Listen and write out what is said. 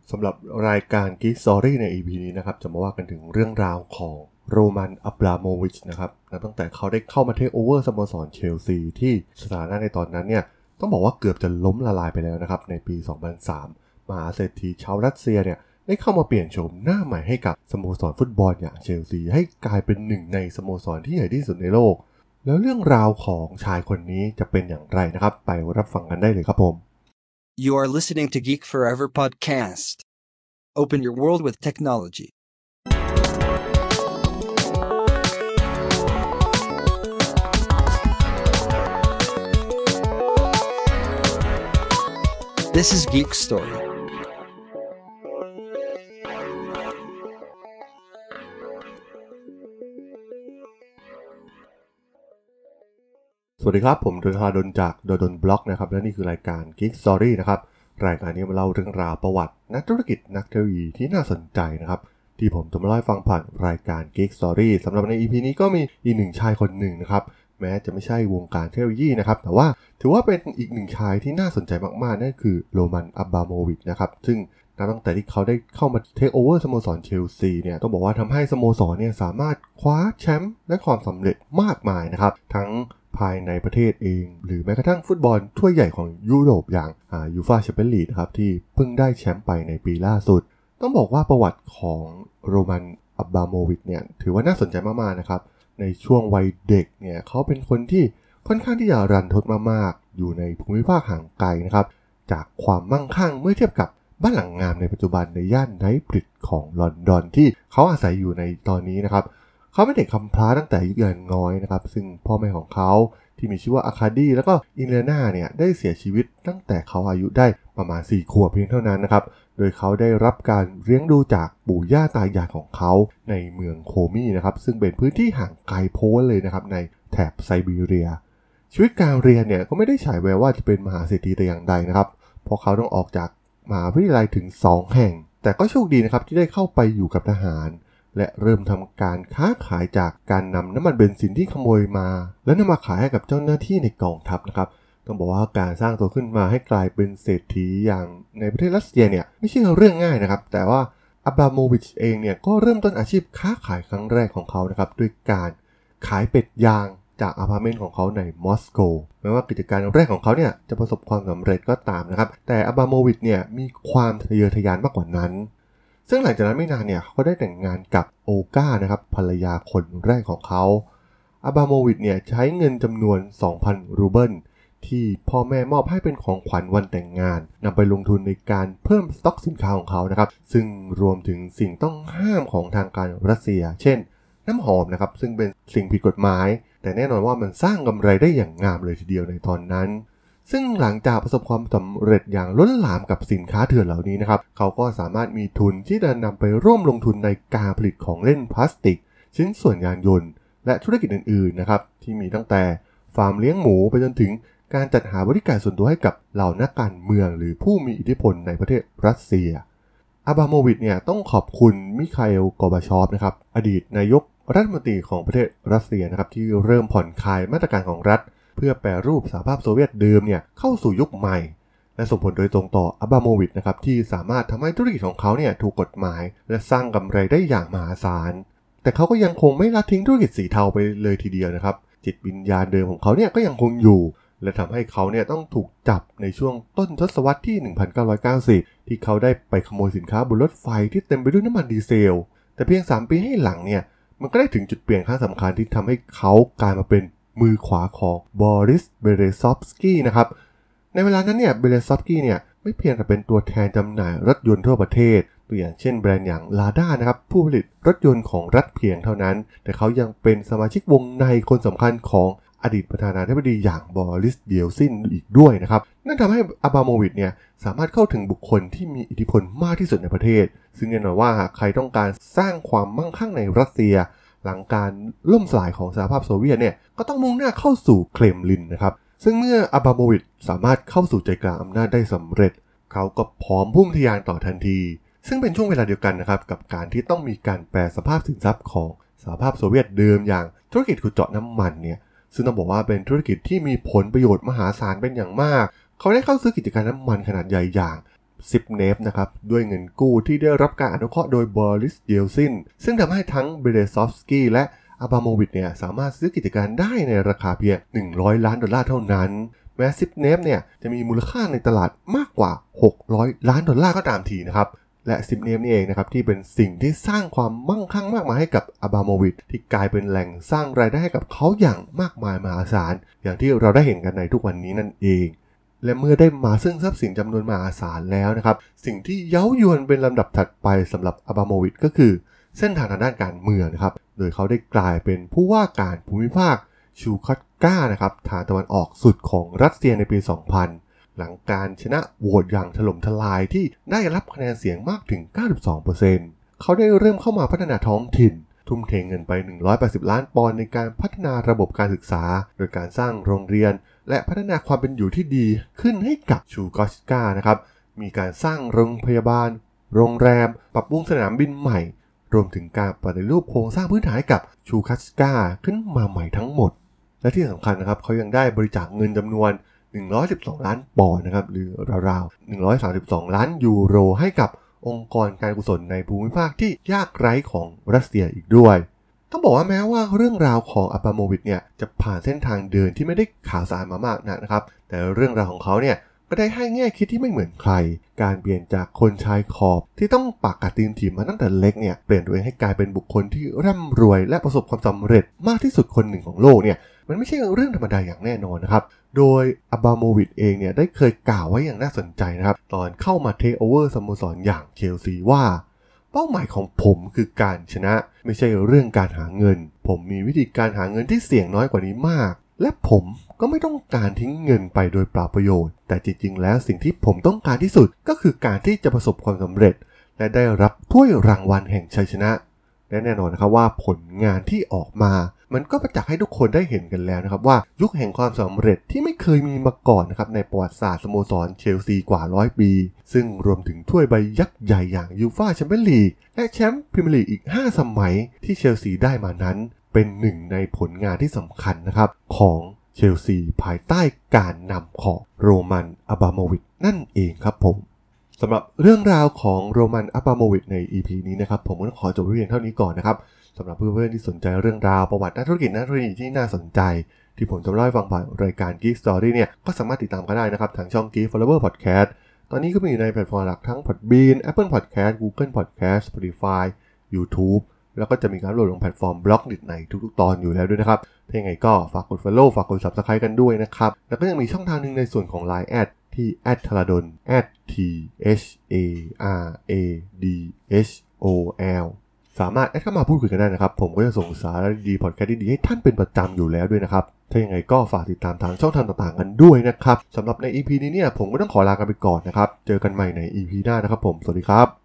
สำหรับรายการ Geek Story ใน EP นี้นะครับจะมาว่ากันถึงเรื่องราวของโรมัน อับราโมวิชนะครับตั้งแต่เขาได้เข้ามาเทคโอเวอร์สโมสรเชลซีที่สถานะในตอนนั้นเนี่ยต้องบอกว่าเกือบจะล้มละลายไปแล้วนะครับในปี 2003 มหาเศรษฐีชาวรัสเซียเนี่ยได้เข้ามาเปลี่ยนโฉมหน้าใหม่ให้กับสโมสรฟุตบอลอย่างเชลซีให้กลายเป็นหนึ่งในสโมสรที่ใหญ่ที่สุดในโลกแล้วเรื่องราวของชายคนนี้จะเป็นอย่างไรนะครับไปรับฟังกันได้เลยครับผม You are listening to Geek Forever podcast. Open your world with technology. This is Geek Story. สวัสดีครับผมดนทราดนจากดนบล็อกนะครับและนี่คือรายการ Geek Story นะครับรายการนี้มาเล่าเรื่องราวประวัตินักธุรกิจนักเทคโนโลยีที่น่าสนใจนะครับที่ผมจะมาเล่าให้ฟังผ่านรายการ Geek Story สำหรับใน EP นี้ก็มีอีกหนึ่งชายคนหนึ่งนะครับแม้จะไม่ใช่วงการเทคโนโลยีนะครับแต่ว่าถือว่าเป็นอีกหนึ่งชายที่น่าสนใจมากๆนั่นคือโรมัน อับราโมวิชนะครับซึ่งตั้งแต่ที่เขาได้เข้ามาเทคโอเวอร์สโมสรเชลซีเนี่ยต้องบอกว่าทำให้สโมสรเนี่ยสามารถคว้าแชมป์และความสำเร็จมากมายนะครับทั้งภายในประเทศเองหรือแม้กระทั่งฟุตบอลถ้วยใหญ่ของยุโรปอย่างยูฟ่าแชมเปี้ยนลีกนะครับที่เพิ่งได้แชมป์ไปในปีล่าสุดต้องบอกว่าประวัติของโรมัน อับราโมวิชเนี่ยถือว่าน่าสนใจมากๆนะครับในช่วงวัยเด็กเนี่ยเขาเป็นคนที่ค่อนข้างที่จะรันทดมากๆอยู่ในภูมิภาคห่างไกลนะครับจากความมั่งคั่งเมื่อเทียบกับบ้านหลังงามในปัจจุบันในย่านไนท์บริดจ์ของลอนดอนที่เขาอาศัยอยู่ในตอนนี้นะครับเขาเป็นเด็กกำพร้าตั้งแต่อายุยังน้อยนะครับซึ่งพ่อแม่ของเขาที่มีชื่อว่าอาคาดีแล้วก็อิเลนาเนี่ยได้เสียชีวิตตั้งแต่เขาอายุได้ประมาณ4 ขวบเพียงเท่านั้นนะครับโดยเขาได้รับการเลี้ยงดูจากปู่ย่าตายายของเขาในเมืองโคมีนะครับซึ่งเป็นพื้นที่ห่างไกลโพ้นเลยนะครับในแถบไซบีเรียชีวิตการเรียนเนี่ยก็ไม่ได้ฉายแววว่าจะเป็นมหาเศรษฐีแต่อย่างใดนะครับเพราะเขาต้องออกจากมหาวิทยาลัยถึง2 แห่งแต่ก็โชคดีนะครับที่ได้เข้าไปอยู่กับทหารและเริ่มทำการค้าขายจากการนำน้ำมันเบนซินที่ขโมยมาและนำมาขายให้กับเจ้าหน้าที่ในกองทัพนะครับต้องบอกว่าการสร้างตัวขึ้นมาให้กลายเป็นเศรษฐีอย่างในประเทศรัสเซียเนี่ยไม่ใช่เรื่องง่ายนะครับแต่ว่าอับราโมวิชเองเนี่ยก็เริ่มต้นอาชีพค้าขายครั้งแรกของเขานะครับด้วยการขายเป็ดย่างจากอพาร์ตเมนต์ของเขาในมอสโกแม้ว่ากิจการแรกของเขาเนี่ยจะประสบความสำเร็จก็ตามนะครับแต่อับราโมวิชเนี่ยมีความทะเยอทะยานมากกว่านั้นซึ่งหลังจากนั้นไม่นานเนี่ยเขาได้แต่งงานกับโอกานะครับภรรยาคนแรกของเขาอับราโมวิชเนี่ยใช้เงินจำนวน 2,000 รูเบิลที่พ่อแม่มอบให้เป็นของขวัญวันแต่งงานนำไปลงทุนในการเพิ่มสต็อกสินค้าของเขานะครับซึ่งรวมถึงสิ่งต้องห้ามของทางการรัสเซียเช่นน้ำหอมนะครับซึ่งเป็นสิ่งผิดกฎหมายแต่แน่นอนว่ามันสร้างกำไรได้อย่างงามเลยทีเดียวในตอนนั้นซึ่งหลังจากประสบความสำเร็จอย่างล้นหลามกับสินค้าเถื่อนเหล่านี้นะครับเขาก็สามารถมีทุนที่จะนำไปร่วมลงทุนในการผลิตของเล่นพลาสติกชิ้นส่วนยานยนต์และธุรกิจอื่นๆนะครับที่มีตั้งแต่ฟาร์มเลี้ยงหมูไปจนถึงการจัดหาบริการส่วนตัวให้กับเหล่านักการเมืองหรือผู้มีอิทธิพลในประเทศรัสเซียอับราโมวิชเนี่ยต้องขอบคุณมิคาเอล กอร์บาชอฟนะครับอดีตนายกรัฐมนตรีของประเทศรัสเซียนะครับที่เริ่มผ่อนคลายมาตรการของรัฐเพื่อแปรรูปสหภาพโซเวียตเดิมเนี่ยเข้าสู่ยุคใหม่และส่งผลโดยตรงต่ออับราโมวิชนะครับที่สามารถทำให้ธุรกิจของเขาเนี่ยถูกกฎหมายและสร้างกำไรได้อย่างมหาศาลแต่เขาก็ยังคงไม่ละทิ้งธุรกิจสีเทาไปเลยทีเดียวนะครับจิตวิญญาณเดิมของเขาเนี่ยก็ยังคงอยู่และทำให้เขาเนี่ยต้องถูกจับในช่วงต้นทศวรรษที่ 1990 ที่เขาได้ไปขโมยสินค้าบนรถไฟที่เต็มไปด้วยน้ำมันดีเซลแต่เพียง3 ปีให้หลังเนี่ยมันก็ได้ถึงจุดเปลี่ยนครั้งสำคัญที่ทำให้เขากลายมาเป็นมือขวาของบอริส เบเรซอฟสกี้นะครับในเวลานั้นเนี่ยเบเรซอฟสกี้เนี่ยไม่เพียงแต่เป็นตัวแทนจำหน่ายรถยนต์ทั่วประเทศตัวอย่างเช่นแบรนด์อย่างลาด้านะครับผู้ผลิตรถยนต์ของรัฐเพียงเท่านั้นแต่เขายังเป็นสมาชิกวงในคนสำคัญของอดีตประธานาธิบดีอย่างบอริส เยลซินอีกด้วยนะครับนั่นทำให้อับราโมวิชเนี่ยสามารถเข้าถึงบุคคลที่มีอิทธิพลมากที่สุดในประเทศซึ่งแน่นอนว่าหากใครต้องการสร้างความมั่งคั่งในรัสเซียหลังการล่มสลายของสหภาพโซเวียตเนี่ยก็ต้องมุ่งหน้าเข้าสู่เครมลินนะครับซึ่งเมื่ออับราโมวิชสามารถเข้าสู่ใจกลางอำนาจได้สำเร็จเขาก็พร้อมพุ่งทะยานต่อทันทีซึ่งเป็นช่วงเวลาเดียวกันนะครับกับการที่ต้องมีการแปรสภาพสินทรัพย์ของสหภาพโซเวียตเดิมอย่างธุรกิจขุดเจาะน้ำมันเนี่ยซึ่งต้องบอกว่าเป็นธุรกิจที่มีผลประโยชน์มหาศาลเป็นอย่างมากเขาได้เข้าซื้อกิจการน้ำมันขนาดใหญ่อย่างซิปเนฟนะครับด้วยเงินกู้ที่ได้รับการอนุเคราะห์โดยบอริส เยลซินซึ่งทำให้ทั้งเบเลซอฟสกี้และอับราโมวิชเนี่ยสามารถซื้อกิจการได้ในราคาเพียง$100 ล้านเท่านั้นแม้ซิปเนฟเนี่ยจะมีมูลค่าในตลาดมากกว่า$600 ล้านก็ตามทีนะครับและซิปเนฟนี่เองนะครับที่เป็นสิ่งที่สร้างความมั่งคั่งมากมายให้กับอับราโมวิชที่กลายเป็นแหล่งสร้างรายได้ให้กับเขาอย่างมากมายมหาศาลอย่างที่เราได้เห็นกันในทุกวันนี้นั่นเองและเมื่อได้มาซึ่งทรัพย์สินจำนวนมหาศาลแล้วนะครับสิ่งที่เย้ายวนเป็นลำดับถัดไปสำหรับอับราโมวิชก็คือเส้นทางด้านการเมืองนะครับโดยเขาได้กลายเป็นผู้ว่าการภูมิภาคชูคัตกานะครับทางตะวันออกสุดของรัสเซียในปี 2000 หลังการชนะโหวตอย่างถล่มทลายที่ได้รับคะแนนเสียงมากถึง 92% เขาได้เริ่มเข้ามาพัฒนาท้องถิ่นทุ่มเทเงินไป$180 ล้านในการพัฒนาระบบการศึกษาโดยการสร้างโรงเรียนและพัฒนาความเป็นอยู่ที่ดีขึ้นให้กับชูคัตกานะครับมีการสร้างโรงพยาบาลโรงแรมปรับปรุงสนามบินใหม่รวมถึงการปฏิรูปโครงสร้างพื้นฐานให้กับชูคัตกาขึ้นมาใหม่ทั้งหมดและที่สำคัญนะครับเขายังได้บริจาคเงินจำนวน$112 ล้านนะครับหรือราวๆ$132 ล้านให้กับองค์กรการกุศลในภูมิภาคที่ยากไร้ของรัสเซียอีกด้วยต้องบอกว่าแม้ว่าเรื่องราวของอับราโมวิชเนี่ยจะผ่านเส้นทางเดินที่ไม่ได้ข่าวสารมามากนะครับแต่เรื่องราวของเขาเนี่ยก็ได้ให้แง่คิดที่ไม่เหมือนใครการเปลี่ยนจากคนชายขอบที่ต้องปากกัดตีนถิ่มมาตั้งแต่เล็กเนี่ยเปลี่ยนตัวเองให้กลายเป็นบุคคลที่ร่ำรวยและประสบความสำเร็จมากที่สุดคนหนึ่งของโลกเนี่ยมันไม่ใช่เรื่องธรรมดาอย่างแน่นอนนะครับโดยอับราโมวิชเองเนี่ยได้เคยกล่าวไว้อย่างน่าสนใจนะครับตอนเข้ามาเทคโอเวอร์สโมสรอย่างเชลซีว่าเป้าหมายของผมคือการชนะไม่ใช่เรื่องการหาเงินผมมีวิธีการหาเงินที่เสี่ยงน้อยกว่านี้มากและผมก็ไม่ต้องการทิ้งเงินไปโดยเปล่าประโยชน์แต่จริงๆแล้วสิ่งที่ผมต้องการที่สุดก็คือการที่จะประสบความสำเร็จและได้รับถ้วยรางวัลแห่งชัยชนะและแน่นอนนะครับว่าผลงานที่ออกมามันก็ประจักษ์ให้ทุกคนได้เห็นกันแล้วนะครับว่ายุคแห่งความสำเร็จที่ไม่เคยมีมาก่อนนะครับในประวัติศาสตร์สโมสรเชลซีกว่า100 ปีซึ่งรวมถึงถ้วยใบยักษ์ใหญ่อย่างยูฟ่าแชมเปี้ยนลีกและแชมป์พรีเมียร์ลีกอีก5 สมัยที่เชลซีได้มานั้นเป็นหนึ่งในผลงานที่สำคัญนะครับของเชลซีภายใต้การนำของโรมันอับราโมวิชนั่นเองครับผมสำหรับเรื่องราวของโรมันอับราโมวิชใน EP นี้นะครับผมก็ขอจบเพียงเท่านี้ก่อนนะครับสำหรับเพื่อนๆที่สนใจเรื่องราวประวัตินักธุรกิจที่น่าสนใจที่ผมจะเล่าให้ฟังผ่านรายการ Geek Story เนี่ยก็สามารถติดตามกันได้นะครับทางช่อง Geek Forever Podcast ตอนนี้ก็มีอยู่ในแพลตฟอร์มหลักทั้ง Podbean Apple Podcast Google Podcast Spotify YouTube แล้วก็จะมีการโหลดลงแพลตฟอร์มบล็อกดิในทุกๆตอนอยู่แล้วด้วยนะครับถ้าอย่างไรก็ฝากกด Follow ฝากกด Subscribe กันด้วยนะครับแล้วก็ยังมีช่องทางนึงในส่วนของ Line แอดที่ @thradol @THARADHOLสามารถแอดเข้ามาพูดคุยกันได้นะครับผมก็จะส่งสาระดีพอดแคสต์ดีๆให้ท่านเป็นประจำอยู่แล้วด้วยนะครับถ้าอย่างไรก็ฝากติดตามทางช่องทางต่างๆกันด้วยนะครับสำหรับใน EP นี้เนี่ยผมก็ต้องขอลากันไปก่อนนะครับเจอกันใหม่ใน EP หน้านะครับผมสวัสดีครับ